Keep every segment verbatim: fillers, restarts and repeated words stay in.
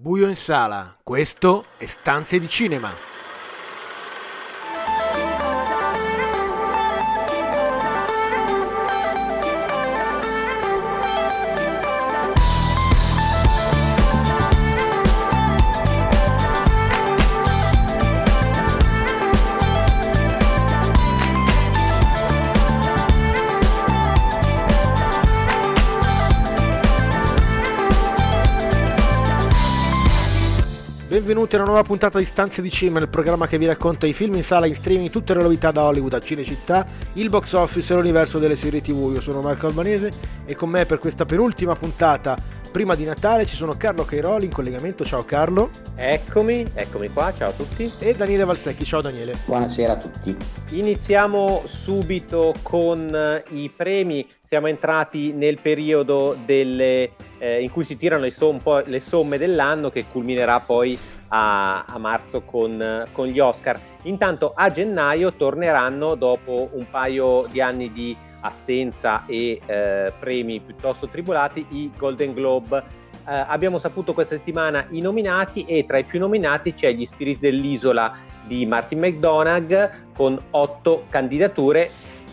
Buio in sala, questo è Stanze di Cinema. Benvenuti a una nuova puntata di Stanze di Cinema, il programma che vi racconta i film in sala, in streaming, tutte le novità da Hollywood a Cinecittà, il box office e l'universo delle serie tivù. Io sono Marco Albanese e con me per questa penultima puntata prima di Natale ci sono Carlo Cairoli in collegamento. Ciao Carlo. Eccomi, eccomi qua, ciao a tutti. E Daniele Valsecchi. Ciao Daniele. Buonasera a tutti. Iniziamo subito con i premi. Siamo entrati nel periodo delle, eh, in cui si tirano le, som- le somme dell'anno, che culminerà poi a, a marzo con, con gli Oscar. Intanto a gennaio torneranno, dopo un paio di anni di assenza e eh, premi piuttosto tribolati, i Golden Globe. Eh, abbiamo saputo questa settimana i nominati, e tra i più nominati c'è Gli Spiriti dell'Isola di Martin McDonagh con otto candidature.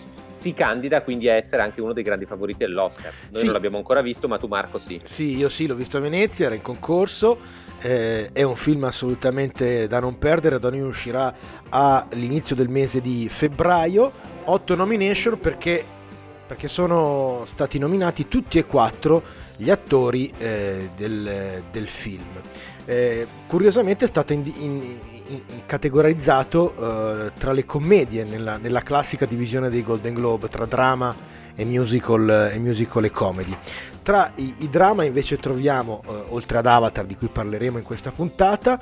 Si candida quindi a essere anche uno dei grandi favoriti dell'Oscar. Noi sì. Non l'abbiamo ancora visto, ma tu Marco sì. Sì, io sì, l'ho visto a Venezia, era in concorso, eh, è un film assolutamente da non perdere. Da noi uscirà all'inizio del mese di febbraio. Otto nomination perché, perché sono stati nominati tutti e quattro gli attori eh, del, del film. Eh, curiosamente è stato in, in, in, categorizzato uh, tra le commedie nella, nella classica divisione dei Golden Globe, tra drama e musical, e musical e comedy. Tra i, i drama invece troviamo, uh, oltre ad Avatar, di cui parleremo in questa puntata,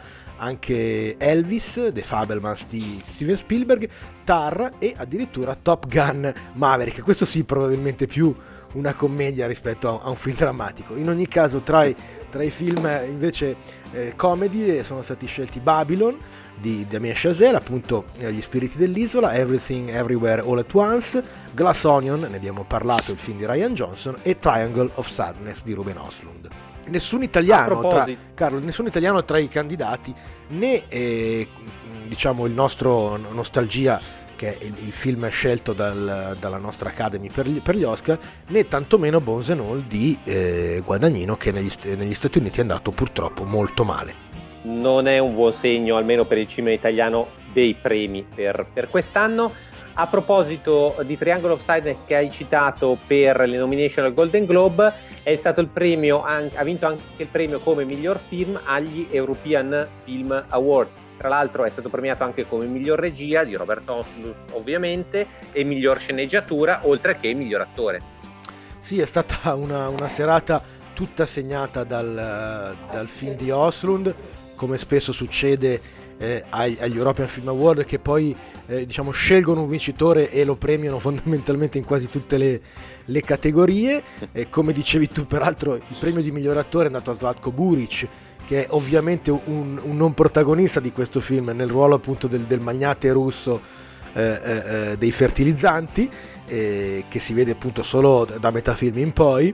anche Elvis, The Fabelmans di Steven Spielberg, Tar e addirittura Top Gun Maverick. Questo sì, probabilmente più una commedia rispetto a, a un film drammatico. In ogni caso, tra i, tra i film invece eh, comedy sono stati scelti Babylon di Damien Chazelle, appunto eh, Gli Spiriti dell'Isola, Everything Everywhere All at Once, Glass Onion, ne abbiamo parlato, il film di Rian Johnson, e Triangle of Sadness di Ruben Östlund. Nessun italiano, tra, Carlo, nessun italiano tra i candidati, né eh, diciamo il nostro Nostalgia, che è il, il film scelto dal, dalla nostra Academy per gli, per gli Oscar, né tantomeno Bones and All di eh, Guadagnino, che negli, negli Stati Uniti è andato purtroppo molto male. Non è un buon segno, almeno per il cinema italiano, dei premi per, per quest'anno. A proposito di Triangle of Sadness, che hai citato per le nomination al Golden Globe, è stato il premio, ha vinto anche il premio come miglior film agli European Film Awards. Tra l'altro è stato premiato anche come miglior regia di Robert Östlund, ovviamente, e miglior sceneggiatura, oltre che miglior attore. Sì, è stata una, una serata tutta segnata dal, dal film di Östlund, come spesso succede eh, agli European Film Award, che poi eh, diciamo scelgono un vincitore e lo premiano fondamentalmente in quasi tutte le, le categorie. E come dicevi tu, peraltro, il premio di miglior attore è andato a Zlatko Buric, che è ovviamente un, un non protagonista di questo film, nel ruolo appunto del, del magnate russo eh, eh, dei fertilizzanti, eh, che si vede appunto solo da metà film in poi.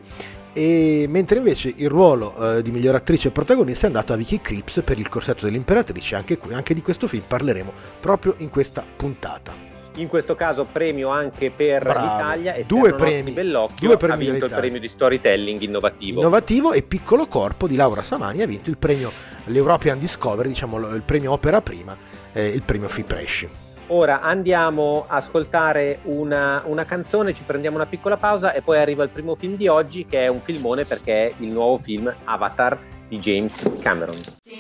E mentre invece il ruolo eh, di miglior attrice protagonista è andato a Vicky Krieps per Il corsetto dell'imperatrice. Anche, anche di questo film parleremo proprio in questa puntata. In questo caso premio anche per Bravo. l'Italia, due premi, Bellocchio due premi ha vinto il premio di storytelling innovativo. Innovativo e Piccolo corpo di Laura Samani ha vinto il premio, l'European Discovery, diciamo il premio opera prima, eh, il premio Fipresci. Ora andiamo a ascoltare una, una canzone, ci prendiamo una piccola pausa e poi arriva il primo film di oggi, che è un filmone perché è il nuovo film Avatar di James Cameron.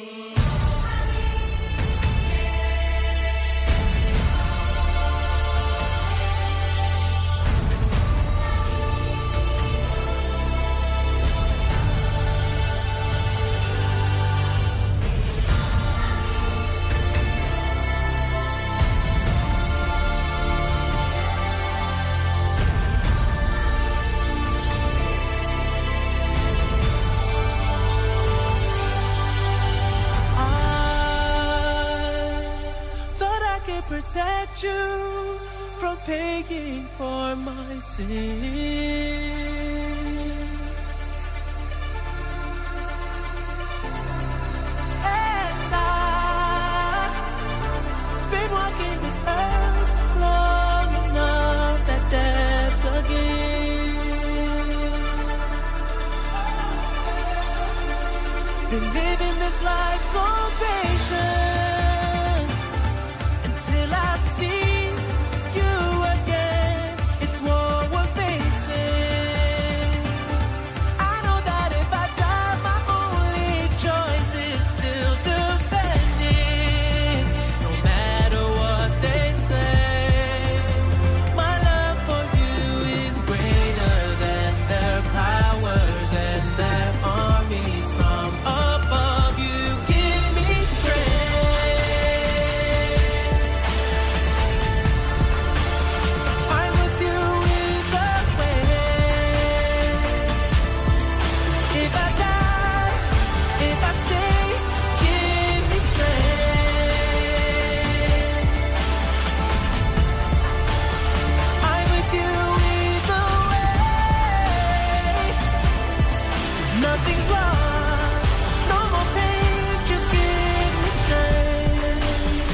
Protect you from paying for my sins. so patient until I see you again. It's war we're facing. I know that if I die, my only choice is still defending. No matter what they say, my love for you is greater than their powers and their armies from above. You give me strength. I'm with you either way. If I die, if I stay, give me strength. I'm with you either way. Nothing's lost, no more pain, just give me strength.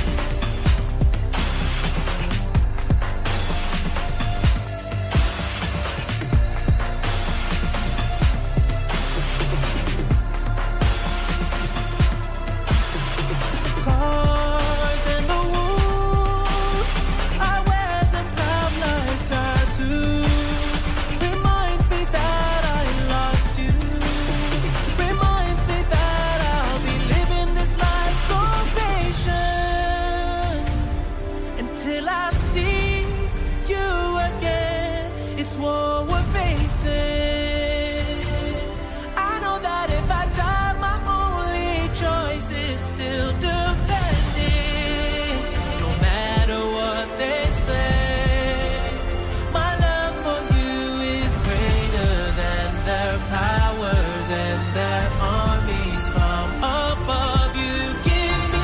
Scars and the wounds, I wear them proud like tattoos. Reminds me that I lost you. Reminds me that I'll be living this life so patient until I see you again. It's war we're facing. I know that if I die, my only choice is still defending. No matter what they say, my love for you is greater than their powers and their armies from above. You give me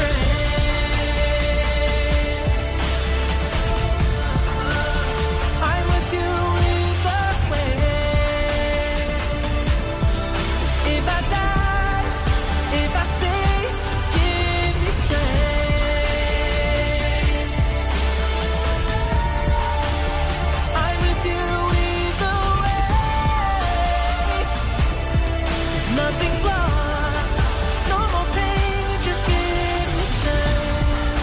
strength. I'm with you either way. If I die, if I stay, give me strength. I'm with you either way. Nothing's lost, no more pain, just give me strength.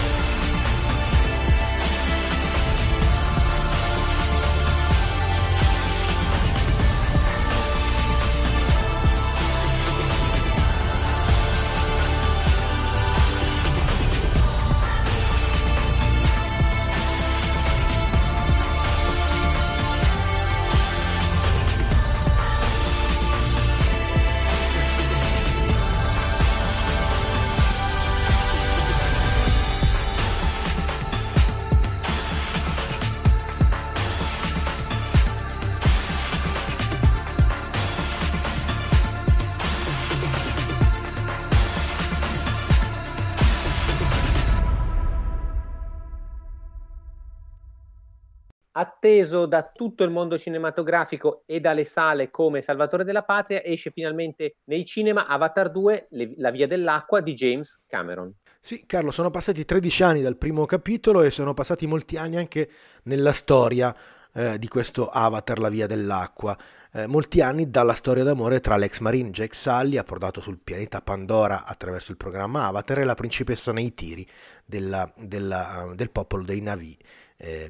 Atteso da tutto il mondo cinematografico e dalle sale come Salvatore della Patria, esce finalmente nei cinema Avatar due, Le- La via dell'acqua di James Cameron. Sì, Carlo, sono passati tredici anni dal primo capitolo e sono passati molti anni anche nella storia eh, di questo Avatar, la via dell'acqua. Eh, molti anni dalla storia d'amore tra l'ex marine Jake Sully, approdato sul pianeta Pandora attraverso il programma Avatar, e la principessa Neytiri della- della- del popolo dei Na'vi. Eh,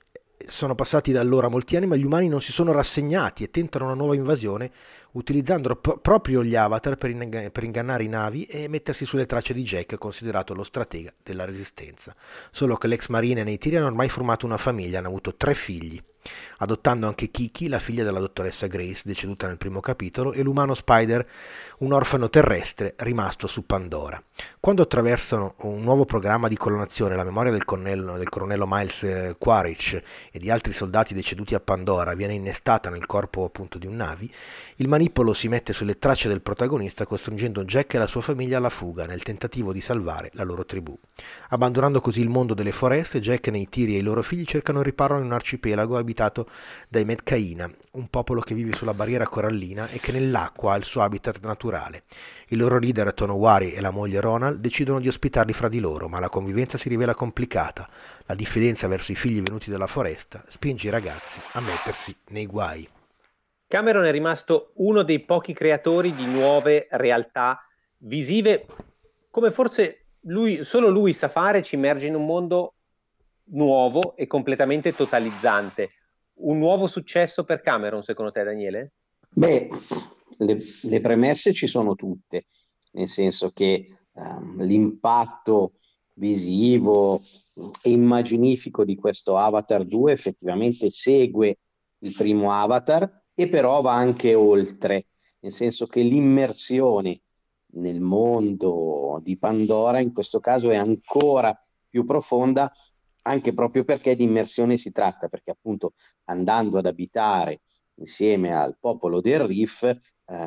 sono passati da allora molti anni, ma gli umani non si sono rassegnati e tentano una nuova invasione utilizzando pro- proprio gli avatar per, inga- per ingannare i navi e mettersi sulle tracce di Jack, considerato lo stratega della resistenza. Solo che l'ex marine e Neytiri hanno ormai formato una famiglia, hanno avuto tre figli, adottando anche Kiki, la figlia della dottoressa Grace, deceduta nel primo capitolo, e l'umano Spider, un orfano terrestre rimasto su Pandora. Quando attraversano un nuovo programma di colonazione, la memoria del colonnello, del colonnello Miles eh, Quaritch e di altri soldati deceduti a Pandora viene innestata nel corpo appunto di un Navi, il manipolo si mette sulle tracce del protagonista, costringendo Jack e la sua famiglia alla fuga nel tentativo di salvare la loro tribù. Abbandonando così il mondo delle foreste, Jack, Neytiri e i loro figli cercano il riparo in un arcipelago abitato dai Medcaina, un popolo che vive sulla barriera corallina e che nell'acqua ha il suo habitat naturale. Il loro leader Tonowari e la moglie Ronald decidono di ospitarli fra di loro, ma la convivenza si rivela complicata. La diffidenza verso i figli venuti dalla foresta spinge i ragazzi a mettersi nei guai. Cameron è rimasto uno dei pochi creatori di nuove realtà visive come forse lui, solo lui sa fare, ci immerge in un mondo nuovo e completamente totalizzante. Un nuovo successo per Cameron, secondo te, Daniele? Beh, le, le premesse ci sono tutte, nel senso che ehm, l'impatto visivo e immaginifico di questo Avatar due effettivamente segue il primo Avatar e però va anche oltre, nel senso che l'immersione nel mondo di Pandora in questo caso è ancora più profonda, anche proprio perché di immersione si tratta, perché appunto andando ad abitare insieme al popolo del Rif, eh,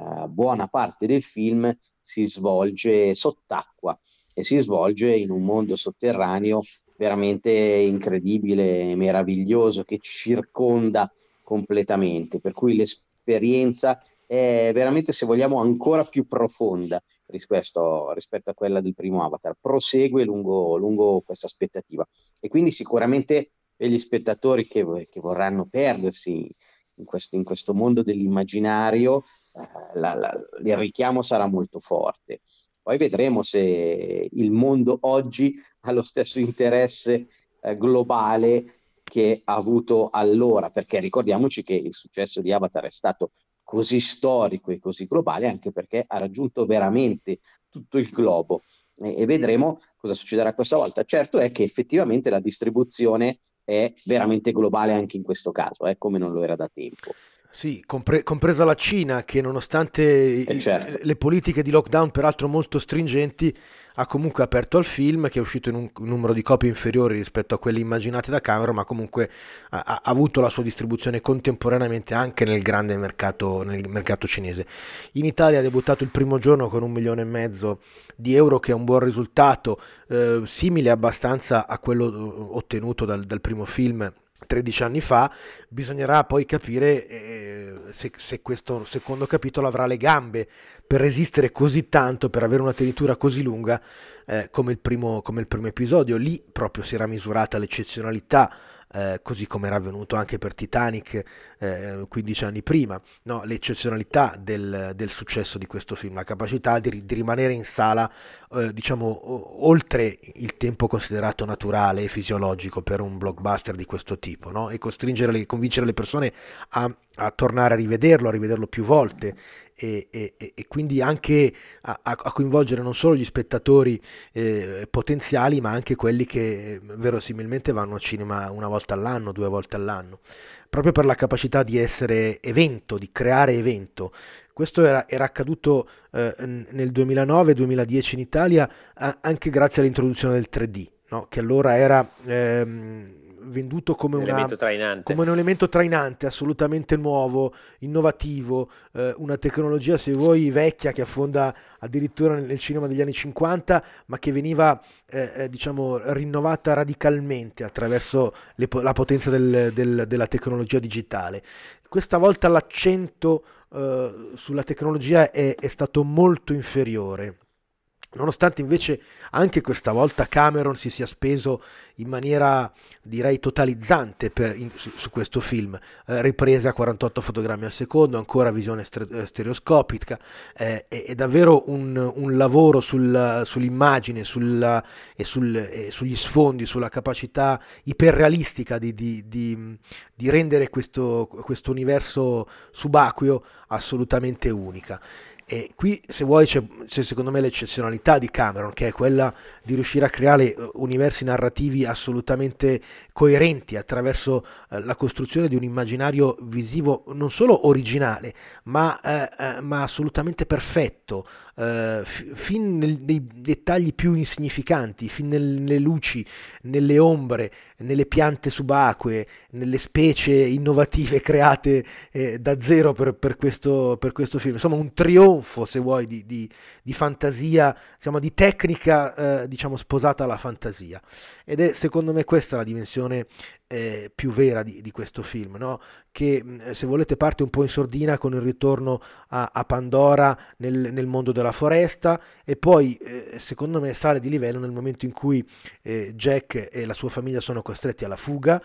buona parte del film si svolge sott'acqua e si svolge in un mondo sotterraneo veramente incredibile e meraviglioso che ci circonda completamente, per cui l'esperienza è veramente, se vogliamo, ancora più profonda rispetto, rispetto a quella del primo Avatar, prosegue lungo, lungo questa aspettativa e quindi sicuramente per gli spettatori che, che vorranno perdersi in questo, in questo mondo dell'immaginario, eh, la, la, il richiamo sarà molto forte. Poi vedremo se il mondo oggi ha lo stesso interesse eh, globale che ha avuto allora, perché ricordiamoci che il successo di Avatar è stato così storico e così globale anche perché ha raggiunto veramente tutto il globo e, e vedremo cosa succederà questa volta. Certo è che effettivamente la distribuzione è veramente globale anche in questo caso, eh, come non lo era da tempo. Sì, compre- compresa la Cina, che nonostante i- E certo. le politiche di lockdown peraltro molto stringenti, ha comunque aperto al film, che è uscito in un un numero di copie inferiori rispetto a quelle immaginate da Cameron, ma comunque ha, ha avuto la sua distribuzione contemporaneamente anche nel grande mercato, nel mercato cinese. In Italia ha debuttato il primo giorno con un milione e mezzo di euro, che è un buon risultato, eh, simile abbastanza a quello eh, ottenuto dal, dal primo film tredici anni fa. Bisognerà poi capire eh, se, se questo secondo capitolo avrà le gambe per resistere così tanto, per avere una tenitura così lunga eh, come il primo, come il primo episodio. Lì proprio si era misurata l'eccezionalità, eh, così come era avvenuto anche per Titanic eh, quindici anni prima, no? L'eccezionalità del, del successo di questo film, la capacità di, di rimanere in sala eh, diciamo o- oltre il tempo considerato naturale e fisiologico per un blockbuster di questo tipo, no? E costringere le, convincere le persone a, a tornare a rivederlo, a rivederlo più volte e, e- e- e quindi anche a, a- a coinvolgere non solo gli spettatori eh, potenziali, ma anche quelli che eh, verosimilmente vanno al cinema una volta all'anno, due volte all'anno, proprio per la capacità di essere evento, di creare evento. Questo era, era accaduto eh, n- nel duemilanove-duemiladieci in Italia, a- anche grazie all'introduzione del tre D, no? Che allora era ehm, venduto come Un una, elemento trainante. come un elemento trainante, assolutamente nuovo, innovativo, eh, una tecnologia, se vuoi, vecchia, che affonda addirittura nel nel cinema degli anni cinquanta, ma che veniva eh, eh, diciamo rinnovata radicalmente attraverso le po- la potenza del- del- della tecnologia digitale. Questa volta l'accento eh, sulla tecnologia è, è stato molto inferiore. Nonostante invece anche questa volta Cameron si sia speso in maniera, direi, totalizzante per- in- su, su questo film, eh, riprese a quarantotto fotogrammi al secondo, ancora visione stre- eh, stereoscopica, eh, è, è davvero un, un lavoro sul- sull'immagine sulla- e, sul- e sugli sfondi, sulla capacità iperrealistica di, di- di- di rendere questo, questo universo subacqueo assolutamente unica. E qui, se vuoi, c'è, c'è secondo me l'eccezionalità di Cameron, che è quella di riuscire a creare eh, universi narrativi assolutamente coerenti attraverso eh, la costruzione di un immaginario visivo non solo originale, ma, eh, eh, ma assolutamente perfetto, eh, fi- fin nel- nei dettagli più insignificanti, fin nel- nelle luci, nelle ombre, nelle piante subacquee, nelle specie innovative create eh, da zero per, per questo, per questo film. Insomma, un trionfo, se vuoi, di, di- di fantasia, insomma, di tecnica, eh, diciamo, sposata alla fantasia. Ed è, secondo me, questa la dimensione eh, più vera di, di questo film, no? Che, mh, se volete, parte un po' in sordina con il ritorno a, a Pandora nel, nel mondo della foresta, e poi, eh, secondo me, sale di livello nel momento in cui eh, Jack e la sua famiglia sono costretti alla fuga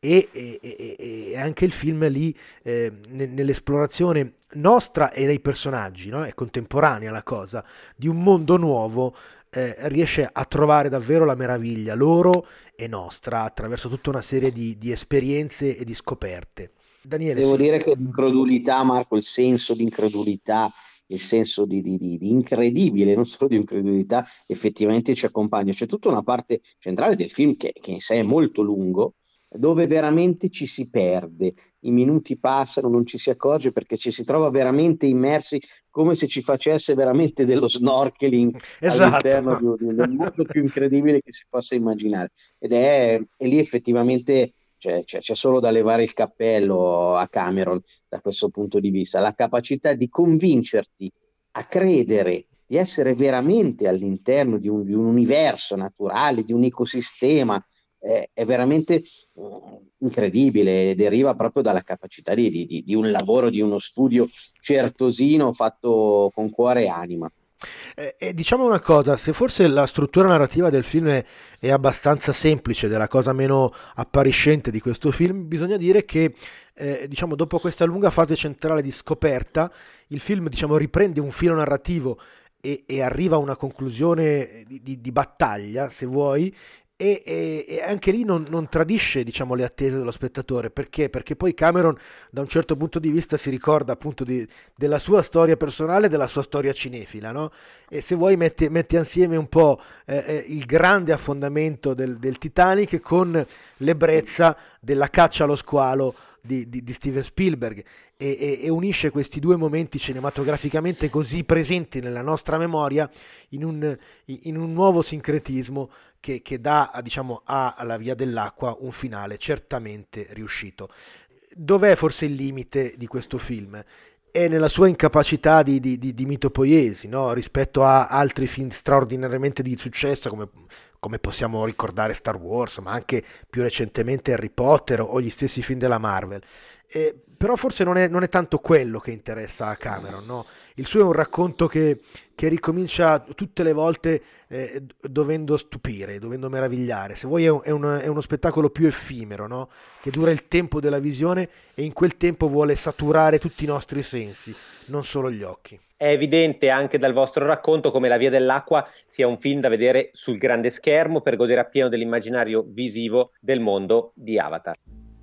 e, e- e- e anche il film lì, eh, ne- nell'esplorazione nostra e dei personaggi, no? È contemporanea la cosa, di un mondo nuovo, eh, riesce a trovare davvero la meraviglia loro e nostra attraverso tutta una serie di, di esperienze e di scoperte. Daniele, Devo sì. dire che l'incredulità, Marco, il senso di incredulità, il senso di, di- di- di incredibile, non solo di incredulità, effettivamente ci accompagna. C'è tutta una parte centrale del film che, che in sé è molto lungo, dove veramente ci si perde. I minuti passano, non ci si accorge perché ci si trova veramente immersi, come se ci facesse veramente dello snorkeling all'interno di Esatto. un- del mondo più incredibile che si possa immaginare. Ed è, e lì effettivamente c'è c'è- c'è solo da levare il cappello a Cameron da questo punto di vista, la capacità di convincerti a credere di essere veramente all'interno di un, di un universo naturale, di un ecosistema, eh, è veramente eh, incredibile, deriva proprio dalla capacità di, di- di- di un lavoro, di uno studio certosino fatto con cuore e anima. Eh, e diciamo una cosa, se forse la struttura narrativa del film è, è abbastanza semplice, della cosa meno appariscente di questo film, bisogna dire che eh, diciamo, dopo questa lunga fase centrale di scoperta, il film diciamo, riprende un filo narrativo e, e arriva a una conclusione di, di- di battaglia, se vuoi, e, e- e anche lì non, non tradisce diciamo, le attese dello spettatore. Perché? Perché poi Cameron, da un certo punto di vista, si ricorda appunto di- della sua storia personale e della sua storia cinefila, no? E se vuoi metti, metti insieme un po' eh, eh, il grande affondamento del, del Titanic con l'ebbrezza della caccia allo squalo di, di- di Steven Spielberg e, e- e unisce questi due momenti cinematograficamente così presenti nella nostra memoria in un, in un nuovo sincretismo che, che dà diciamo, a- alla Via dell'Acqua un finale certamente riuscito. Dov'è forse il limite di questo film? È nella sua incapacità di, di, di, di mitopoiesi, no? Rispetto a altri film straordinariamente di successo come, come possiamo ricordare Star Wars, ma anche più recentemente Harry Potter o gli stessi film della Marvel. Eh, però forse non è, non è tanto quello che interessa a Cameron, no? Il suo è un racconto che, che ricomincia tutte le volte eh, dovendo stupire, dovendo meravigliare. Se vuoi è, un- è un- è uno spettacolo più effimero, no? Che dura il tempo della visione e in quel tempo vuole saturare tutti i nostri sensi, non solo gli occhi. È evidente anche dal vostro racconto come La Via dell'Acqua sia un film da vedere sul grande schermo per godere appieno dell'immaginario visivo del mondo di Avatar.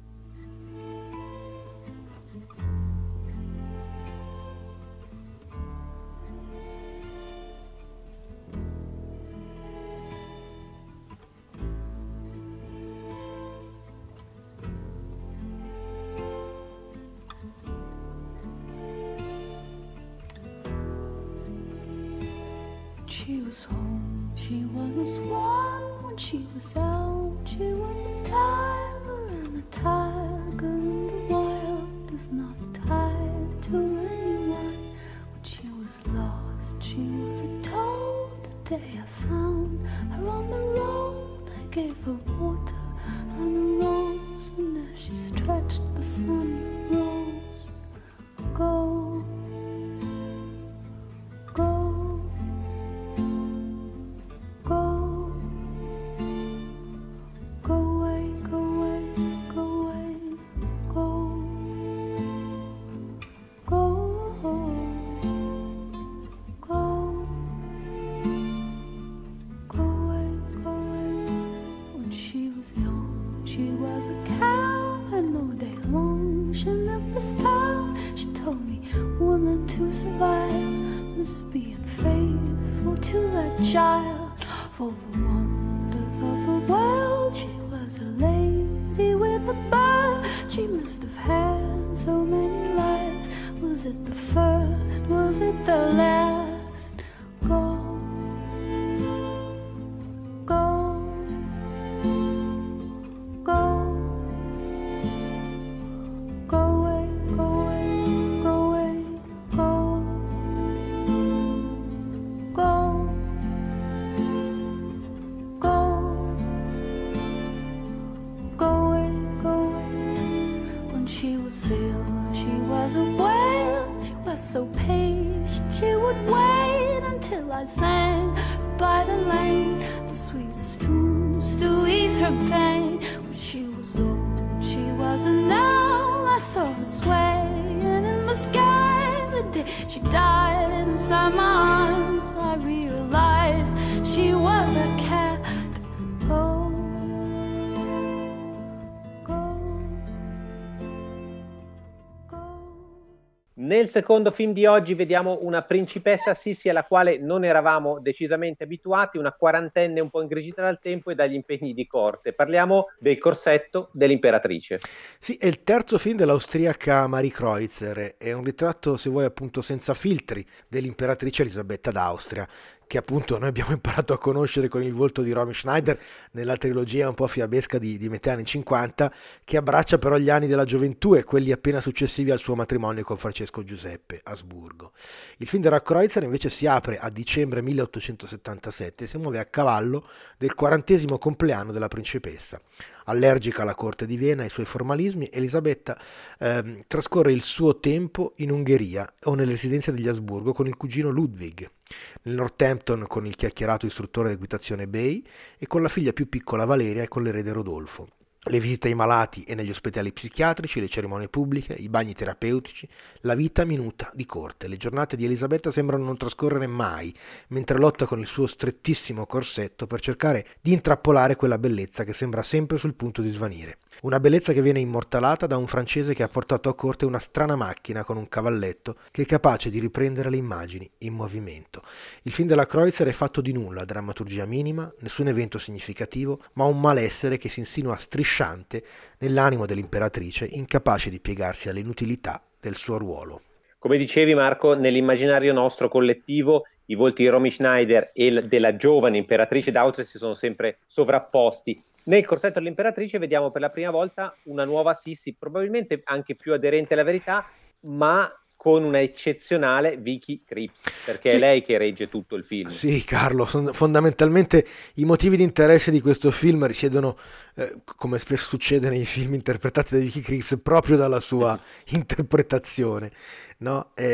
She was home, she was a swan when she was out. She was a tiger, and the tiger in the wild is not tied to anyone. When she was lost, she was a toad. The day I found her on the road, I gave her water and a rose, and as she stretched, the sun rose. Go, go. Go, go away, go away, go away, go, go, go, go away, go away. When she was young, she was a cow, and all day long she milked the stars. She told me women to survive must be unfaithful to that child. For the wonders of the world, she was a lady with a bow. She must have had so many lives. Was it the first? Was it the last? Go, go, go, go away, go away, go away, go, go. Go, go away, go away. When she was ill, she was a whale. She was so patient, she would wait until I sang by the lane the sweetest tunes to ease her pain. When she was old, she She died inside my arms. I realized she was a cat. Go, go, go. Nel secondo film di oggi vediamo una principessa Sissi alla quale non eravamo decisamente abituati, una quarantenne un po' ingrigita dal tempo e dagli impegni di corte. Parliamo del corsetto dell'imperatrice. Sì, è il terzo film dell'austriaca Marie Kreutzer, è un ritratto, se vuoi, appunto senza filtri dell'imperatrice Elisabetta d'Austria, che appunto noi abbiamo imparato a conoscere con il volto di Romy Schneider nella trilogia un po' fiabesca di, di metà anni cinquanta, che abbraccia però gli anni della gioventù e quelli appena successivi al suo matrimonio con Francesco Giuseppe Asburgo. Il film della Kreutzer invece si apre a dicembre milleottocentosettantasette e si muove a cavallo del quarantesimo compleanno della principessa. Allergica alla corte di Vienna e ai suoi formalismi, Elisabetta ehm, trascorre il suo tempo in Ungheria o nelle residenze degli Asburgo con il cugino Ludwig, nel Northampton con il chiacchierato istruttore d'equitazione Bay e con la figlia più piccola Valeria e con l'erede Rodolfo. Le visite ai malati e negli ospedali psichiatrici, le cerimonie pubbliche, i bagni terapeutici, la vita minuta di corte. Le giornate di Elisabetta sembrano non trascorrere mai, mentre lotta con il suo strettissimo corsetto per cercare di intrappolare quella bellezza che sembra sempre sul punto di svanire. Una bellezza che viene immortalata da un francese che ha portato a corte una strana macchina con un cavalletto che è capace di riprendere le immagini in movimento. Il film della Kreutzer è fatto di nulla, drammaturgia minima, nessun evento significativo, ma un malessere che si insinua strisciante nell'animo dell'imperatrice, incapace di piegarsi all'inutilità del suo ruolo. Come dicevi Marco, nell'immaginario nostro collettivo i volti di Romy Schneider e l- della giovane imperatrice d'Austria si sono sempre sovrapposti. Nel corsetto dell'imperatrice vediamo per la prima volta una nuova Sissi, probabilmente anche più aderente alla verità, ma con una eccezionale Vicky Krieps, perché Sì. è lei che regge tutto il film. Sì, Carlo, son- fondamentalmente i motivi di interesse di questo film risiedono, eh, come spesso succede nei film interpretati da Vicky Krieps, proprio dalla sua interpretazione, no? È,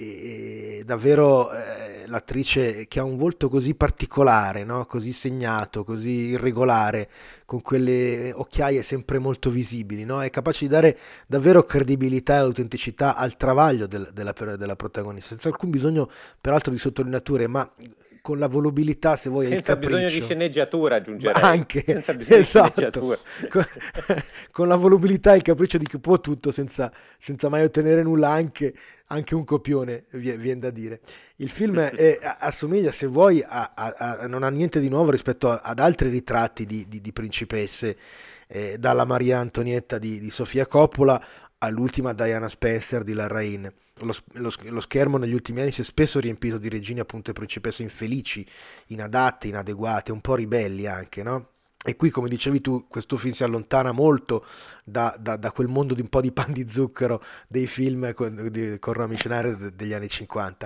è davvero eh, l'attrice che ha un volto così particolare, no? Così segnato, così irregolare, con quelle occhiaie sempre molto visibili, no? È capace di dare davvero credibilità e autenticità al travaglio del- della, della protagonista, senza alcun bisogno peraltro di sottolineature, ma con la volubilità, se vuoi, e il Senza bisogno di capriccio. sceneggiatura, aggiungerei. Anche, Senza bisogno esatto. di sceneggiatura. con, con la volubilità e il capriccio di chi può tutto senza, senza mai ottenere nulla, anche, anche un copione, vie- viene da dire. Il film è- a- assomiglia, se vuoi, a, a- a- non ha niente di nuovo rispetto a- ad altri ritratti di, di- di principesse, eh, dalla Maria Antonietta di, di Sofia Coppola all'ultima Diana Spencer di Larraín. Lo, lo- lo schermo negli ultimi anni si è spesso riempito di regine, appunto, e principesse infelici, inadatte, inadeguate, un po' ribelli anche, no? E qui, come dicevi tu, questo film si allontana molto da, da- da quel mondo di un po' di pan di zucchero dei film con, di- con Romy Schneider de- degli anni cinquanta.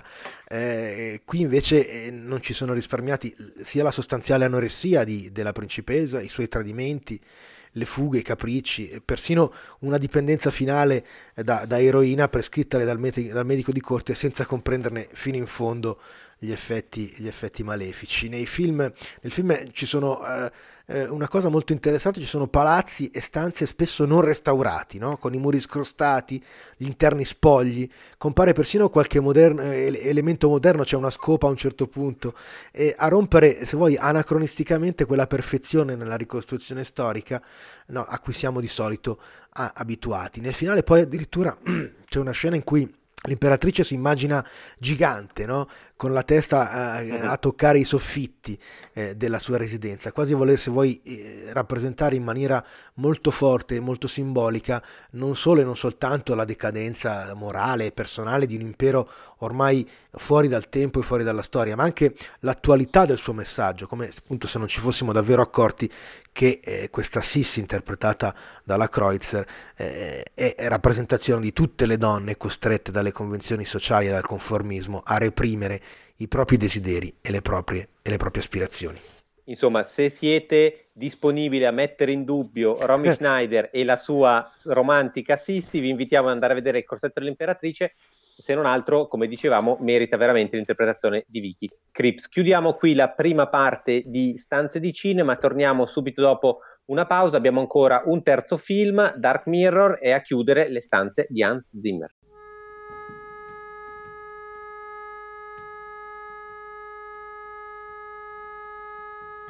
Eh, qui invece eh, non ci sono risparmiati sia la sostanziale anoressia di- della principessa, i suoi tradimenti, le fughe, i capricci, e persino una dipendenza finale eh, da, da eroina prescrittale dal, meti- dal medico di corte senza comprenderne fino in fondo gli effetti, gli effetti malefici. Nei film, nel film ci sono eh, eh, una cosa molto interessante, ci sono palazzi e stanze spesso non restaurati, no? Con i muri scrostati, gli interni spogli, compare persino qualche moderno, eh, ele- elemento moderno, c'è una scopa a un certo punto, e a rompere, se vuoi, anacronisticamente quella perfezione nella ricostruzione storica, no, a cui siamo di solito ah, abituati. Nel finale poi addirittura c'è una scena in cui l'imperatrice si immagina gigante, no? Con la testa eh, a toccare i soffitti eh, della sua residenza, quasi a voler, se vuoi, eh, rappresentare in maniera molto forte e molto simbolica non solo e non soltanto la decadenza morale e personale di un impero ormai fuori dal tempo e fuori dalla storia, ma anche l'attualità del suo messaggio, come appunto se non ci fossimo davvero accorti che eh, questa Sissi interpretata dalla Kreutzer eh, è rappresentazione di tutte le donne costrette dalle convenzioni sociali e dal conformismo a reprimere i propri desideri e le proprie, e le proprie aspirazioni. Insomma, se siete disponibili a mettere in dubbio Romy Schneider e la sua romantica Sissi, vi invitiamo ad andare a vedere Il corsetto dell'imperatrice. Se non altro, come dicevamo, merita veramente l'interpretazione di Vicky Krieps. Chiudiamo qui la prima parte di Stanze di Cinema, torniamo subito dopo una pausa. Abbiamo ancora un terzo film, Dark Mirror, e a chiudere Le stanze di Hans Zimmer.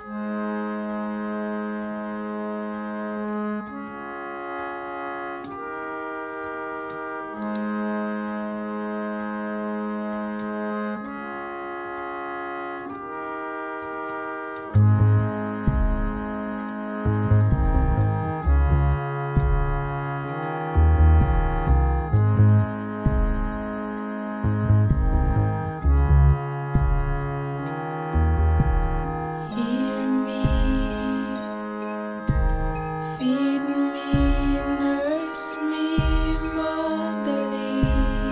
Hear me, feed me, nurse me motherly,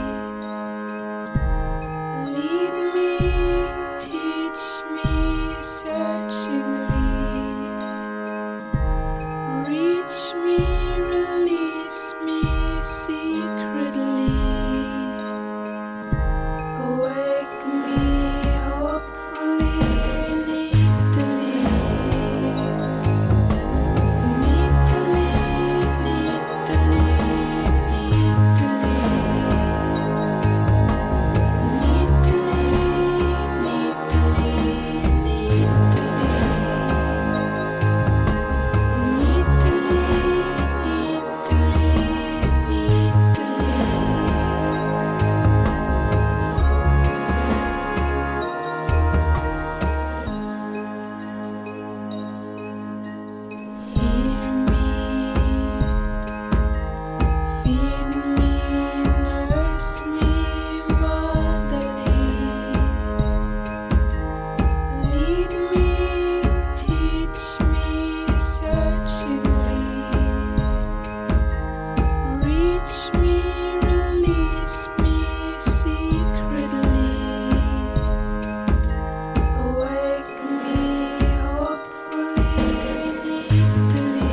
lead me, teach me searchingly, reach me, release me secretly, awake me hopefully, neatly, neatly, neatly, Hear me, feed me, nurse me motherly, lead me, teach me searchingly, reach me, release me secretly, awake me hopefully, neatly,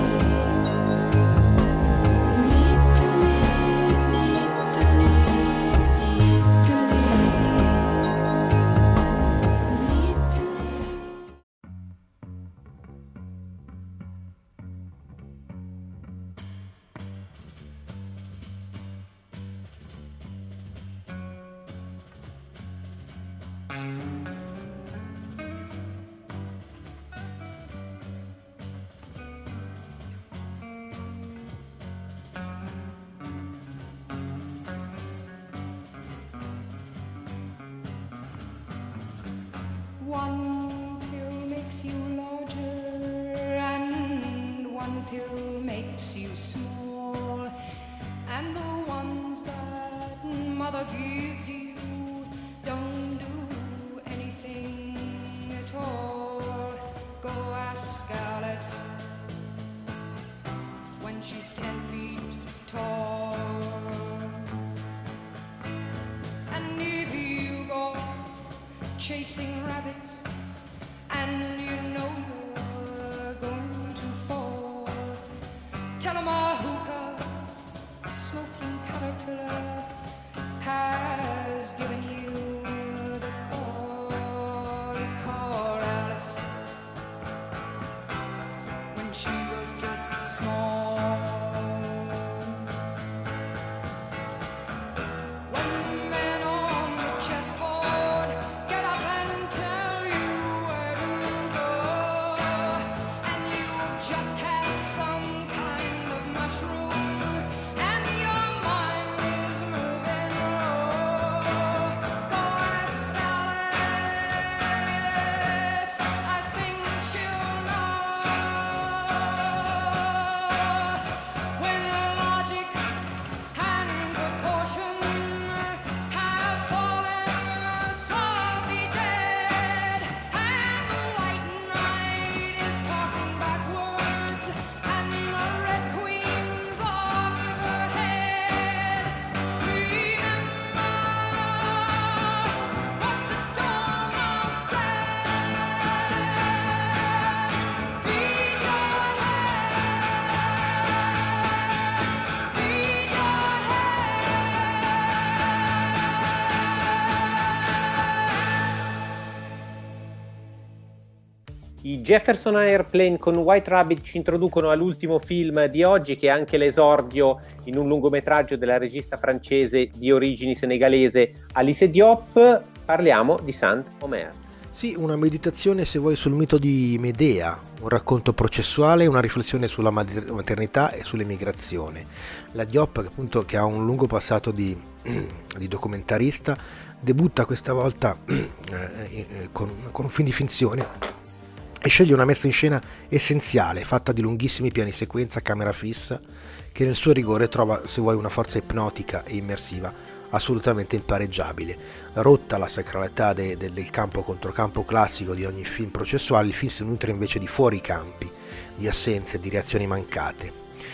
One pill makes you larger, and one pill makes you small. And the ones that mother gives you don't do anything at all. Go ask Alice when she's ten feet tall. And if you go chasing rabbits and you know you're going to fall, tell 'em a hookah smoking caterpillar has given you the call. Call Alice when she was just small. When the men on the chessboard get up and tell you where to go, and you just had some kind of mushroom, and your mind is moving low, go ask Alice, I think she'll know. When logic and proportion have fallen slowly dead, and the white knight is talking backwards, and the red queen's off with her head, remember what the dormouse said. Feed your head, feed your I Jefferson Airplane con White Rabbit ci introducono all'ultimo film di oggi, che è anche l'esordio in un lungometraggio della regista francese di origini senegalese Alice Diop. Parliamo di Saint Omer. Sì, una meditazione, se vuoi, sul mito di Medea, un racconto processuale e una riflessione sulla mater- maternità e sull'emigrazione. La Diop, che appunto che ha un lungo passato di, di documentarista, debutta questa volta eh, eh, con, con un film di finzione e sceglie una messa in scena essenziale, fatta di lunghissimi piani sequenza a camera fissa, che nel suo rigore trova, se vuoi, una forza ipnotica e immersiva assolutamente impareggiabile. Rotta la sacralità de, de, del campo contro campo classico di ogni film processuale, il film si nutre invece di fuori campi, di assenze, di reazioni mancate.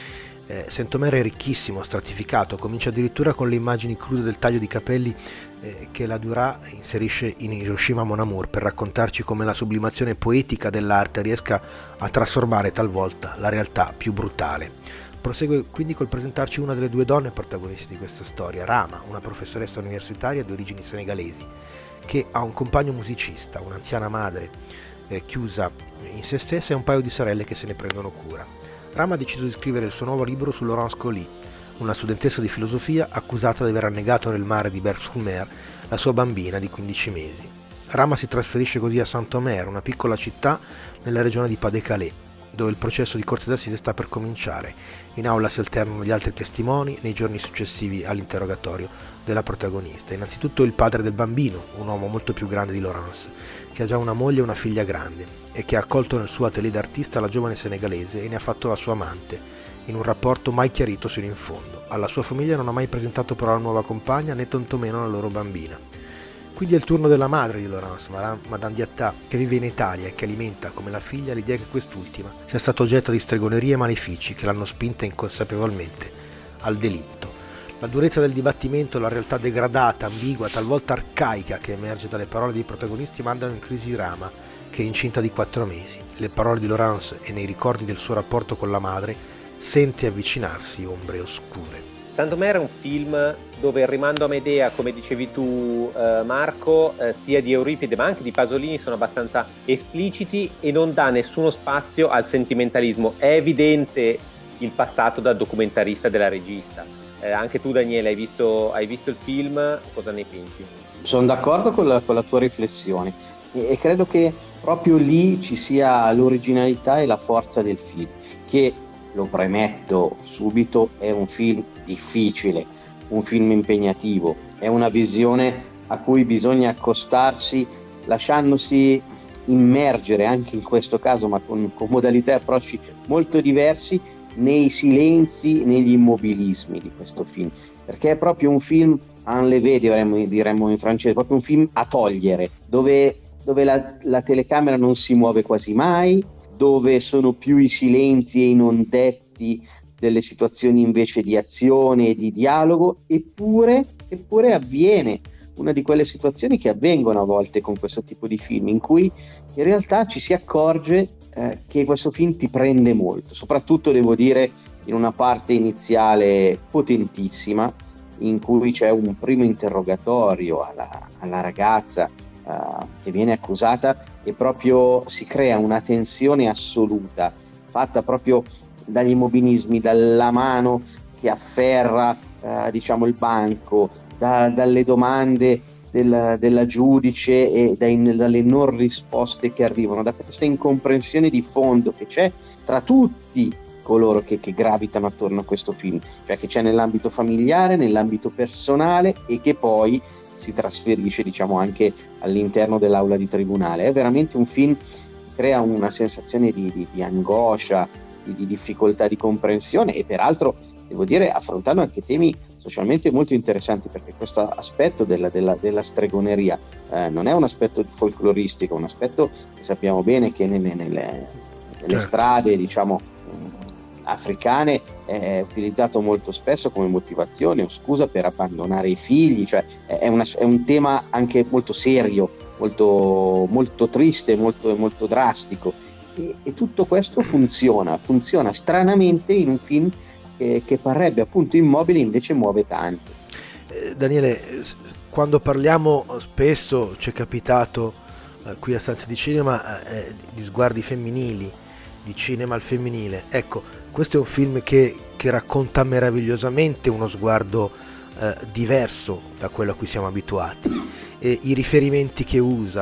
Eh, Saint-Omer è ricchissimo, stratificato, comincia addirittura con le immagini crude del taglio di capelli eh, che la Duras inserisce in Hiroshima Mon Amour per raccontarci come la sublimazione poetica dell'arte riesca a trasformare talvolta la realtà più brutale. Prosegue quindi col presentarci una delle due donne protagoniste di questa storia, Rama, una professoressa universitaria di origini senegalesi, che ha un compagno musicista, un'anziana madre eh, chiusa in se stessa e un paio di sorelle che se ne prendono cura. Rama ha deciso di scrivere il suo nuovo libro su Laurence Colly, una studentessa di filosofia accusata di aver annegato nel mare di Berck-sur-Mer la sua bambina di quindici mesi. Rama si trasferisce così a Saint-Omer, una piccola città nella regione di Pas-de-Calais, dove il processo di corte d'assise sta per cominciare. In aula si alternano gli altri testimoni nei giorni successivi all'interrogatorio della protagonista. Innanzitutto il padre del bambino, un uomo molto più grande di Laurence, che ha già una moglie e una figlia grande e che ha accolto nel suo atelier d'artista la giovane senegalese e ne ha fatto la sua amante, in un rapporto mai chiarito sino in fondo. Alla sua famiglia non ha mai presentato però la nuova compagna né tantomeno la loro bambina. Quindi è il turno della madre di Laurence, Madame Diatta, che vive in Italia e che alimenta come la figlia l'idea che quest'ultima sia stata oggetto di stregonerie e malefici che l'hanno spinta inconsapevolmente al delitto. La durezza del dibattimento, la realtà degradata, ambigua, talvolta arcaica che emerge dalle parole dei protagonisti mandano in crisi Rama, che è incinta di quattro mesi. Le parole di Laurence e nei ricordi del suo rapporto con la madre sente avvicinarsi ombre oscure. Saint-Omer è un film dove il rimando a Medea, come dicevi tu eh, Marco, eh, sia di Euripide ma anche di Pasolini sono abbastanza espliciti e non dà nessuno spazio al sentimentalismo. È evidente il passato da documentarista della regista. Eh, anche tu Daniele hai visto, hai visto il film, cosa ne pensi? Sono d'accordo con la, con la tua riflessione e, e credo che proprio lì ci sia l'originalità e la forza del film, che, lo premetto subito, è un film difficile, un film impegnativo, è una visione a cui bisogna accostarsi lasciandosi immergere anche in questo caso, ma con, con modalità e approcci molto diversi, nei silenzi, negli immobilismi di questo film, perché è proprio un film enlevé, diremmo, diremmo in francese, proprio un film a togliere, dove, dove la, la telecamera non si muove quasi mai, dove sono più i silenzi e i non detti delle situazioni invece di azione e di dialogo, eppure, eppure avviene una di quelle situazioni che avvengono a volte con questo tipo di film, in cui in realtà ci si accorge eh, che questo film ti prende molto, soprattutto devo dire in una parte iniziale potentissima, in cui c'è un primo interrogatorio alla, alla ragazza uh, che viene accusata e proprio si crea una tensione assoluta, fatta proprio dagli immobilismi, dalla mano che afferra uh, diciamo il banco, da, dalle domande del, della giudice e dai, dalle non risposte che arrivano, da questa incomprensione di fondo che c'è tra tutti coloro che, che gravitano attorno a questo film, cioè che c'è nell'ambito familiare, nell'ambito personale e che poi si trasferisce diciamo anche all'interno dell'aula di tribunale. È veramente un film che crea una sensazione di, di, di angoscia, di, di difficoltà di comprensione e peraltro devo dire affrontando anche temi socialmente molto interessanti, perché questo aspetto della, della, della stregoneria eh, non è un aspetto folcloristico, è un aspetto che sappiamo bene che nelle, nelle, nelle certo. strade diciamo africane è utilizzato molto spesso come motivazione o scusa per abbandonare i figli, cioè è, una, è un tema anche molto serio, molto, molto triste, molto, molto drastico e, e tutto questo funziona, funziona stranamente in un film che, che parrebbe appunto immobile, invece muove tanto. Eh, Daniele, quando parliamo spesso ci è capitato eh, qui a Stanze di Cinema eh, di sguardi femminili, di cinema al femminile, ecco, questo è un film che, che racconta meravigliosamente uno sguardo eh, diverso da quello a cui siamo abituati. E i riferimenti che usa,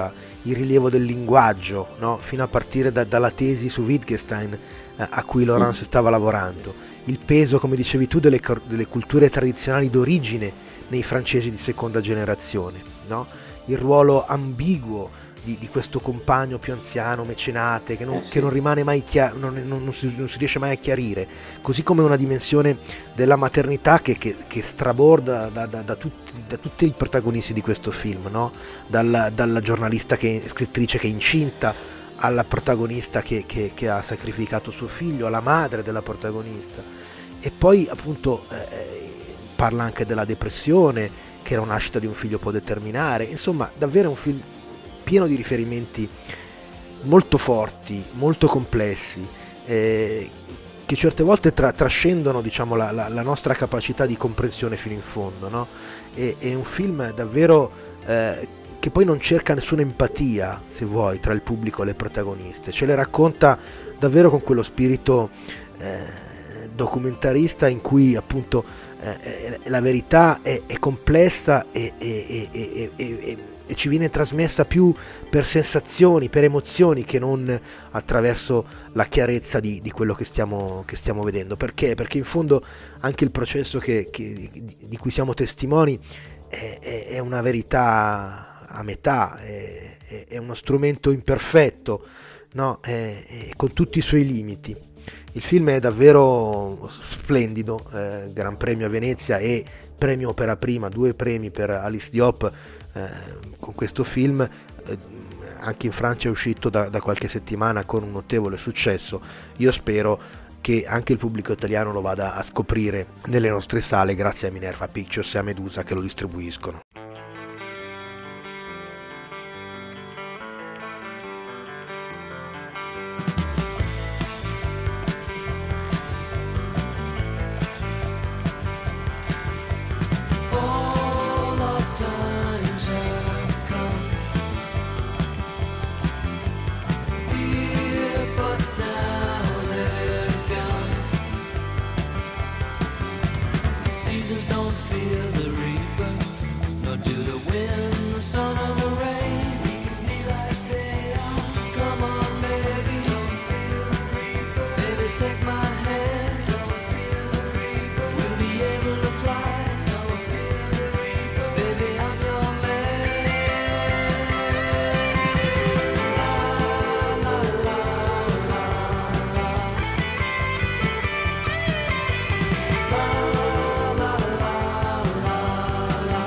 il rilievo del linguaggio, no? Fino a partire da- dalla tesi su Wittgenstein eh, a cui Laurence stava lavorando, il peso, come dicevi tu, delle, cor- delle culture tradizionali d'origine nei francesi di seconda generazione, no? Il ruolo ambiguo di, di questo compagno più anziano, mecenate, che non, Eh sì. che non rimane mai chiaro, non, non- non si, non si riesce mai a chiarire, così come una dimensione della maternità che, che- che straborda da, da- da tutti, da tutti i protagonisti di questo film, no? Dalla, dalla giornalista che scrittrice che è incinta, alla protagonista che, che- che ha sacrificato suo figlio, alla madre della protagonista. E poi appunto eh, parla anche della depressione che la nascita di un figlio può determinare. Insomma, davvero è un film pieno di riferimenti molto forti, molto complessi, eh, che certe volte tra- trascendono, diciamo, la, la- la nostra capacità di comprensione fino in fondo, no? E- È un film davvero eh, che poi non cerca nessuna empatia, se vuoi, tra il pubblico e le protagoniste, ce le racconta davvero con quello spirito eh, documentarista in cui appunto eh, la verità è, è complessa e, e- e- e- e- e- e ci viene trasmessa più per sensazioni, per emozioni, che non attraverso la chiarezza di, di quello che stiamo, che stiamo vedendo. Perché? Perché in fondo anche il processo che- che- di, di cui siamo testimoni è, è- è una verità a metà, è, è- è uno strumento imperfetto, no? È- è con tutti i suoi limiti. Il film è davvero splendido, eh, Gran Premio a Venezia e Premio Opera Prima, due premi per Alice Diop eh, con questo film. Eh, anche in Francia è uscito da, da qualche settimana con un notevole successo. Io spero che anche il pubblico italiano lo vada a scoprire nelle nostre sale grazie a Minerva Pictures e a Medusa che lo distribuiscono. All our times have come here, but now they're gone. Seasons don't fear the reaper, nor do the wind, the sun, or the rain. We can be like they are. Come on, baby, don't feel the reaper. Baby, take my hand. Don't feel the reaper. We'll be able to fly. Don't feel the reaper. Baby, I'm your man. La la la la la. La la la la la.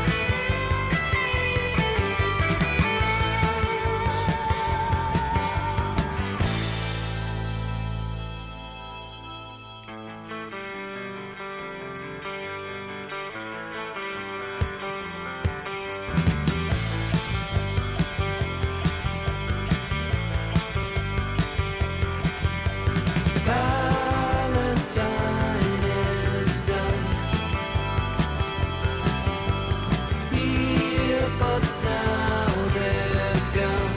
Valentine is done here, but now they're gone.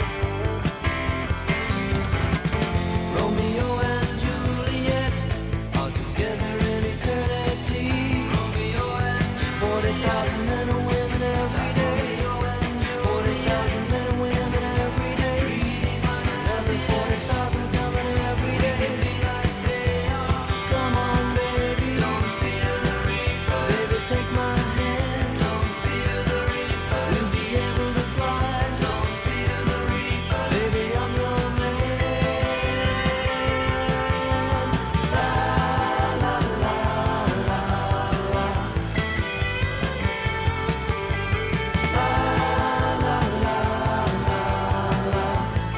Romeo and Juliet are together in eternity. Romeo and forty thousand men and women every day. Forty thousand men and women every day. Another forty thousand coming every day. Come on, baby, don't fear the reaper. Baby, take my hand. Don't fear the reaper. We'll be able to fly. Don't fear the reaper. Baby, I'm your man. La la la la la. La la la la la.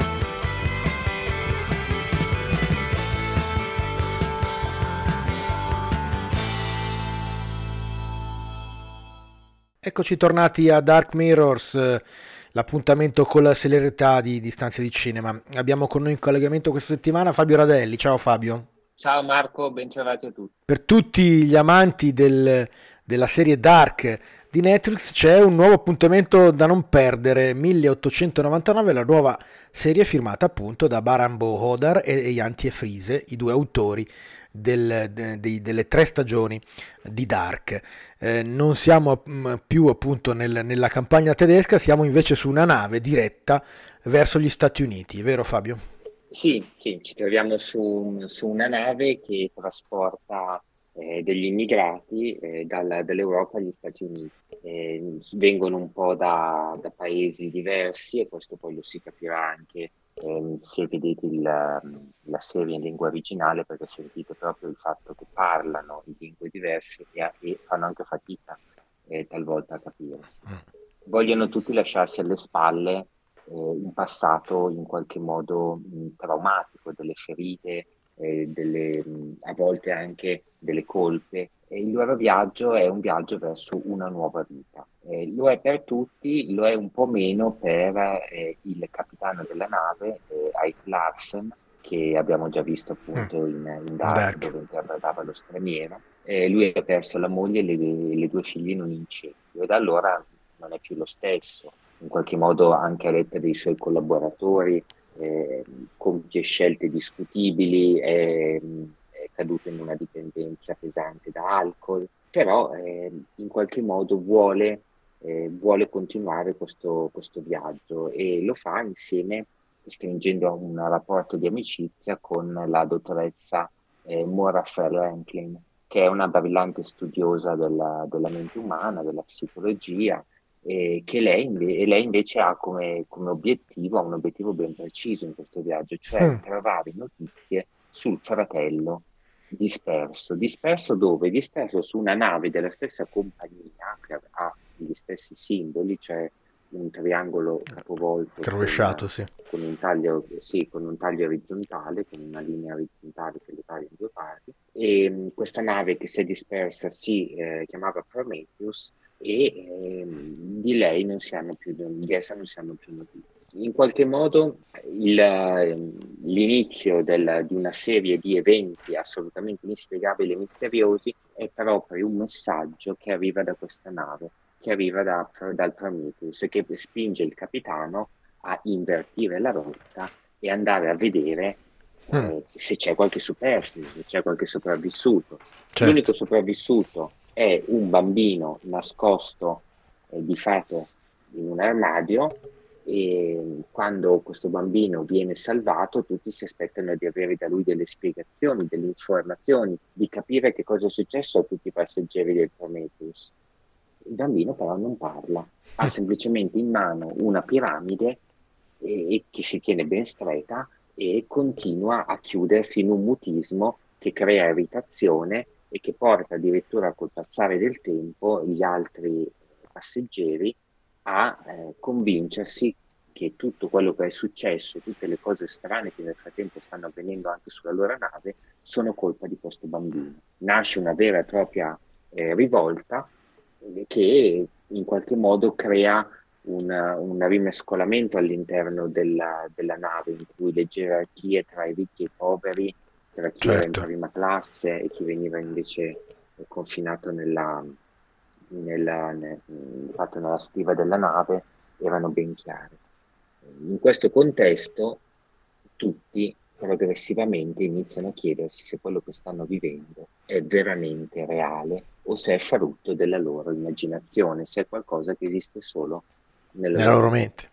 Eccoci tornati a Dark Mirrors, eh, l'appuntamento con la celerità di Distanze di Cinema. Abbiamo con noi in collegamento questa settimana Fabio Radelli. Ciao Fabio. Ciao Marco, ben trovati a tutti. Per tutti gli amanti del- della serie Dark di Netflix c'è un nuovo appuntamento da non perdere, milleottocentonovantanove, la nuova serie firmata appunto da Baran-bo Hodar e, e Jantje Friese, i due autori del- de- dei- delle tre stagioni di Dark. Eh, non siamo mm, più appunto nel- nella campagna tedesca, siamo invece su una nave diretta verso gli Stati Uniti, vero Fabio? Sì, sì, ci troviamo su, su una nave che trasporta eh, degli immigrati eh, dalla- dall'Europa agli Stati Uniti. Eh, vengono un po' da, da paesi diversi e questo poi lo si capirà anche ehm, se vedete il, la serie in lingua originale, perché sentite proprio il fatto che parlano in lingue diverse e, e fanno anche fatica eh, talvolta a capirsi. Vogliono tutti lasciarsi alle spalle eh, un passato in qualche modo mh, traumatico, delle ferite, eh, delle, mh, a volte anche delle colpe. E il loro viaggio è un viaggio verso una nuova vita. Eh, lo è per tutti, lo è un po' meno per eh, il capitano della nave, eh, Ike Larsen, che abbiamo già visto appunto in, in Dark, Dark. dove interpretava lo straniero. Eh, lui ha perso la moglie e le, le due figlie in un incendio e da allora non è più lo stesso. In qualche modo anche a detta dei suoi collaboratori eh, compie scelte discutibili, è, è caduto in una dipendenza pesante da alcol, però eh, in qualche modo vuole, eh, vuole continuare questo, questo viaggio e lo fa insieme, stringendo un rapporto di amicizia con la dottoressa eh, Maura Franklin, che è una brillante studiosa della, della mente umana, della psicologia, e che lei, inve- e lei invece ha come, come obiettivo, ha un obiettivo ben preciso in questo viaggio, cioè Mm. trovare notizie sul fratello disperso. Disperso dove? Disperso su una nave della stessa compagnia che ha gli stessi simboli, cioè un triangolo capovolto con, Rovesciato, sì. con un taglio, sì, con un taglio orizzontale, con una linea orizzontale che lo taglia in due parti. E mh, questa nave che si è dispersa si eh, chiamava Prometheus e ehm, di lei non si hanno più, di essa non si hanno più notizie. In qualche modo il, ehm, l'inizio del- di una serie di eventi assolutamente inspiegabili e misteriosi è proprio un messaggio che arriva da questa nave, che arriva da- dal Prometheus e che spinge il capitano a invertire la rotta e andare a vedere eh, Mm. se c'è qualche superstite, se c'è qualche sopravvissuto. Certo. L'unico sopravvissuto è un bambino nascosto eh, di fatto in un armadio e quando questo bambino viene salvato tutti si aspettano di avere da lui delle spiegazioni, delle informazioni, di capire che cosa è successo a tutti i passeggeri del Prometheus. Il bambino però non parla, ha semplicemente in mano una piramide e, e che si tiene ben stretta e continua a chiudersi in un mutismo che crea irritazione e che porta addirittura col passare del tempo gli altri passeggeri a eh, convincersi che tutto quello che è successo, tutte le cose strane che nel frattempo stanno avvenendo anche sulla loro nave, sono colpa di questo bambino. Nasce una vera e propria eh, rivolta eh, che in qualche modo crea un, un rimescolamento all'interno della, della nave in cui le gerarchie tra i ricchi e i poveri, tra chi era in Certo. prima classe e chi veniva invece eh, confinato nella, nella, ne- fatto nella stiva della nave, erano ben chiare. In questo contesto tutti progressivamente iniziano a chiedersi se quello che stanno vivendo è veramente reale o se è frutto della loro immaginazione, se è qualcosa che esiste solo nella Nella loro loro mente.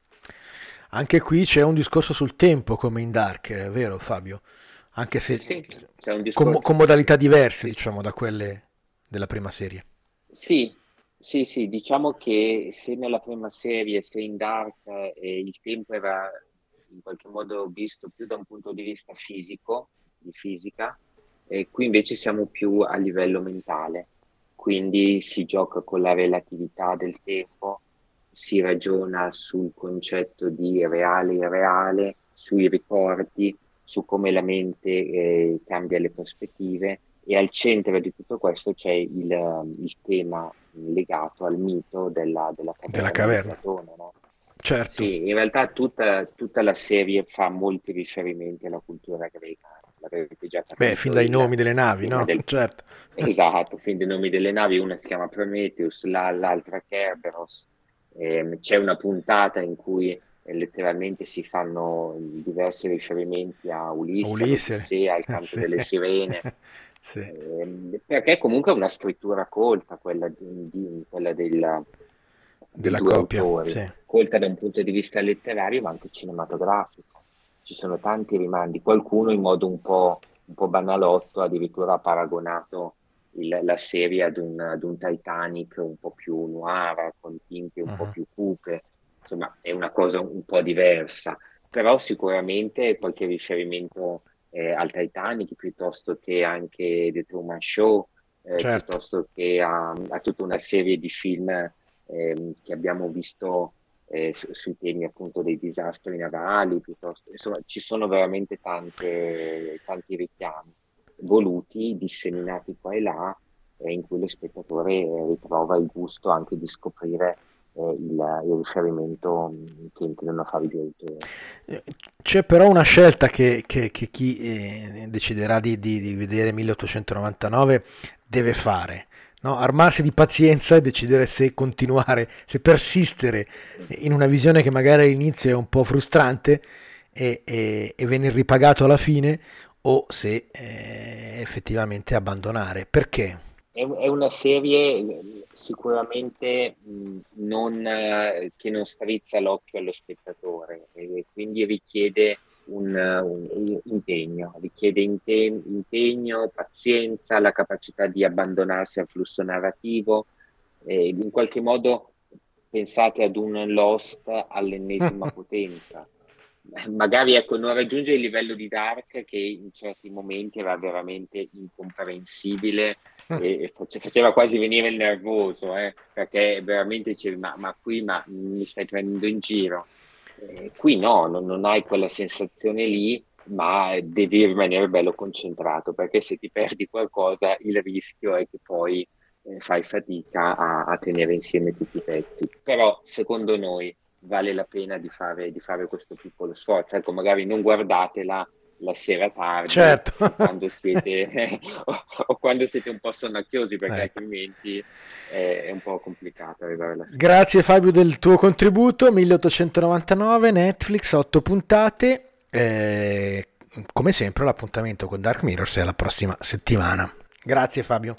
Anche qui c'è un discorso sul tempo come in Dark, è vero Fabio? Anche se Sì, c'è un con, discorso. con modalità diverse, Sì, diciamo, da quelle della prima serie. sì, sì, sì, diciamo che se nella prima serie, se in Dark, eh, il tempo era in qualche modo visto più da un punto di vista fisico, di fisica, e qui invece siamo più a livello mentale, quindi si gioca con la relatività del tempo, si ragiona sul concetto di reale e irreale, sui ricordi, su come la mente eh, cambia le prospettive e al centro di tutto questo c'è il, il tema legato al mito della, della Della caverna di caverna. Platone, no? Certo. Sì, in realtà tutta, tutta la serie fa molti riferimenti alla cultura greca, la l'avrete già capito. Beh, fin dai il- nomi delle navi, tema no? del- Certo. Esatto, fin dai nomi delle navi, una si chiama Prometheus, la- l'altra Kerberos. Ehm, c'è una puntata in cui eh, letteralmente si fanno diversi riferimenti a Ulisse, Ulisse. all'Odissea, al canto Sì. delle sirene. Sì. Ehm, perché comunque è una scrittura colta, quella, di, di- quella della, dei Della due coppia, autori, sì. colta da un punto di vista letterario ma anche cinematografico. Ci sono tanti rimandi, qualcuno in modo un po', un po' banalotto addirittura ha paragonato il- la serie ad un, ad un Titanic un po' più noir, con tinte un po' Mhm. più cupe, insomma è una cosa un po' diversa, però sicuramente qualche riferimento eh, al Titanic piuttosto che anche The Truman Show, eh, Certo. piuttosto che a, a tutta una serie di film ehm, che abbiamo visto eh, su- sui temi appunto dei disastri navali, piuttosto, insomma, ci sono veramente tante, tanti richiami voluti, disseminati qua e là, eh, in cui lo spettatore eh, ritrova il gusto anche di scoprire eh, il, il riferimento mh, che intendono fare i direttori. Eh, C'è però una scelta che, che- che chi eh, deciderà di, di- di vedere milleottocentonovantanove deve fare, no? Armarsi di pazienza e decidere se continuare, se persistere in una visione che magari all'inizio è un po' frustrante e, e, e venir ripagato alla fine, o se eh, effettivamente abbandonare. Perché? È, è una serie eh, sicuramente mh, non, eh, che non strizza l'occhio allo spettatore e quindi richiede un, eh, un impegno, richiede inte- impegno, pazienza, la capacità di abbandonarsi al flusso narrativo e in qualche modo pensate ad un Lost all'ennesima potenza. Magari ecco, non raggiunge il livello di Dark che in certi momenti era veramente incomprensibile e, e face- faceva quasi venire il nervoso, eh, perché veramente dicevi, ma, ma qui ma mi stai prendendo in giro. Eh, qui no, non, non hai quella sensazione lì, ma devi rimanere bello concentrato, perché se ti perdi qualcosa il rischio è che poi eh, fai fatica a, a tenere insieme tutti i pezzi. Però secondo noi vale la pena di fare, di fare questo piccolo sforzo. Ecco, magari non guardatela la sera tardi, Certo. o quando siete, o, o quando siete un po' sonnacchiosi, perché Ecco. altrimenti è, è un po' complicato arrivare alla fine. Grazie Fabio del tuo contributo. milleottocentonovantanove, Netflix, otto puntate. Eh, come sempre l'appuntamento con Dark Mirrors è la prossima settimana. Grazie Fabio.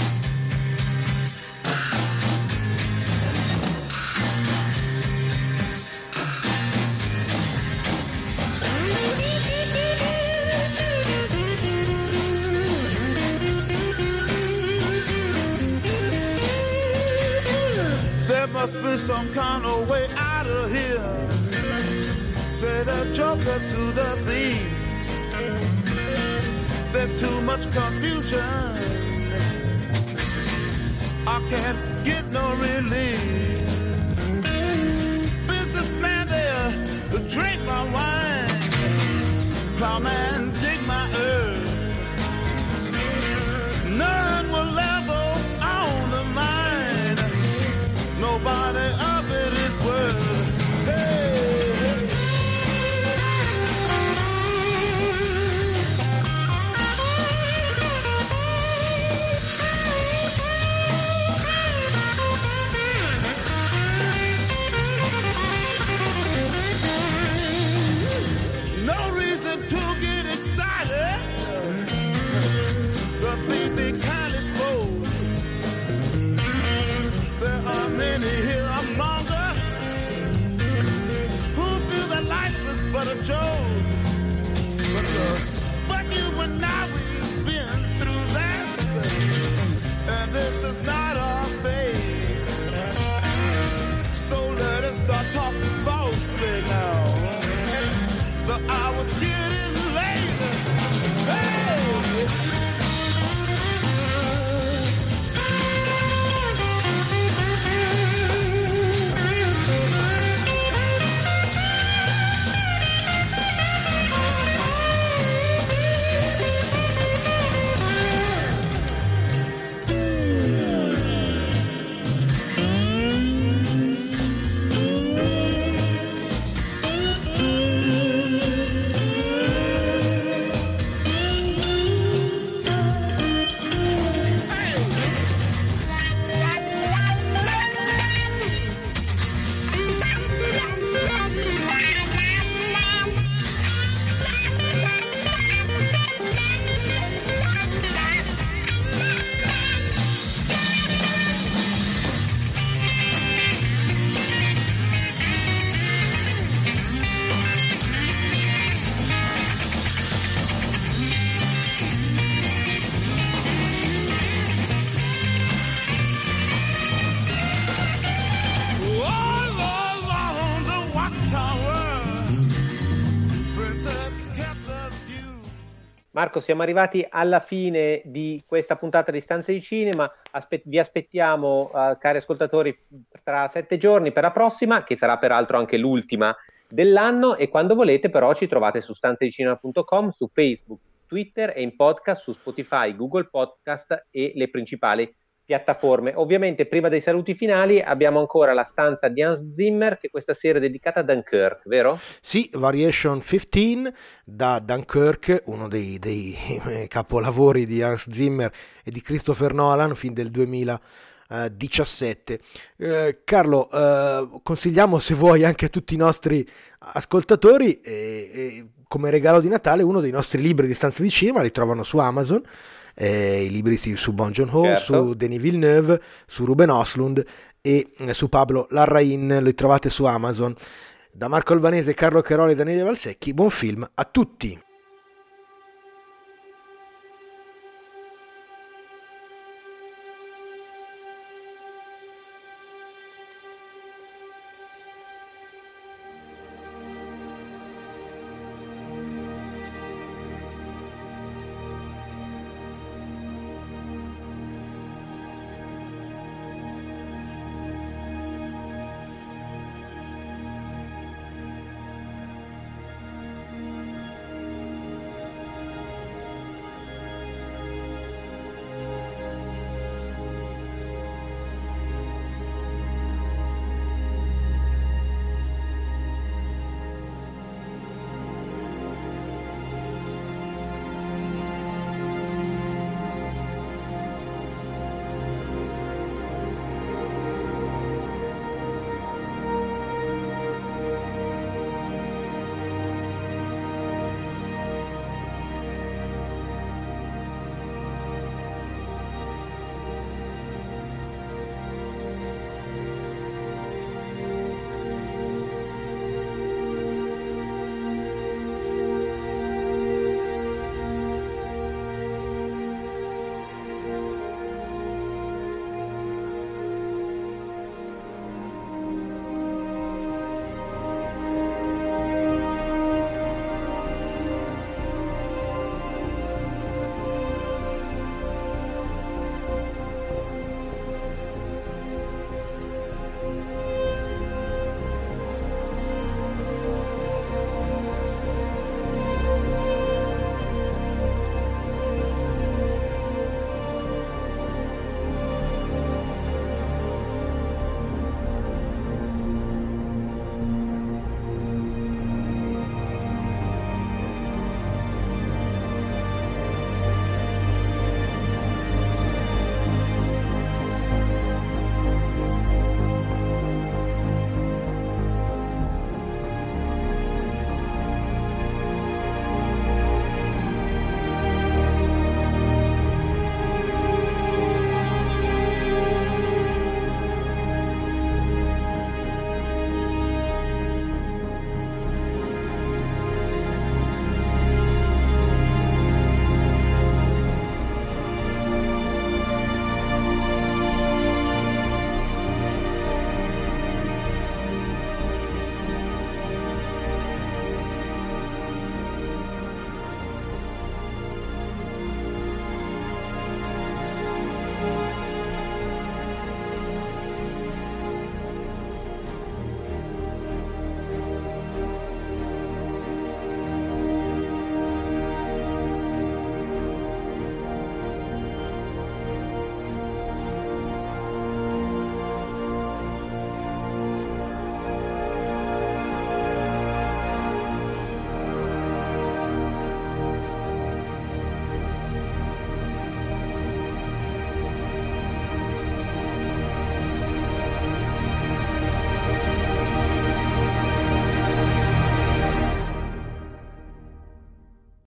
There must be some kind of way out of here. Say the joker to the thief. There's too much confusion. I can't get no relief. Businessman there to drink my wine. Plowman dig my earth. None will ever own the mine. Nobody of it is worth. Hey, hey. No reason to get excited. The thief be kindly spoke. There are many here among us who feel that life is but a joke. But, uh, but you and I, we've been through that, and this is not our fate. So let us not talk falsely now. The hour's getting late. Hey! Marco, siamo arrivati alla fine di questa puntata di Stanze di Cinema. Aspe- vi aspettiamo, uh, cari ascoltatori, tra sette giorni per la prossima, che sarà peraltro anche l'ultima dell'anno, e quando volete però ci trovate su stanzedicinema punto com, su Facebook, Twitter e in podcast su Spotify, Google Podcast e le principali piattaforme. Ovviamente prima dei saluti finali abbiamo ancora la stanza di Hans Zimmer, che questa sera è dedicata a Dunkirk, vero? Sì, Variation quindici da Dunkirk, uno dei, dei capolavori di Hans Zimmer e di Christopher Nolan, fin del duemiladiciassette. Eh, Carlo, eh, consigliamo, se vuoi, anche a tutti i nostri ascoltatori, eh, eh, come regalo di Natale, uno dei nostri libri di Stanze di Cinema. Li trovano su Amazon. Eh, i libri su Bong Joon-ho, Certo. su Denis Villeneuve, su Ruben Östlund e eh, su Pablo Larrain. Li trovate su Amazon. Da Marco Albanese, Carlo Cheroli e Daniele Valsecchi, buon film a tutti.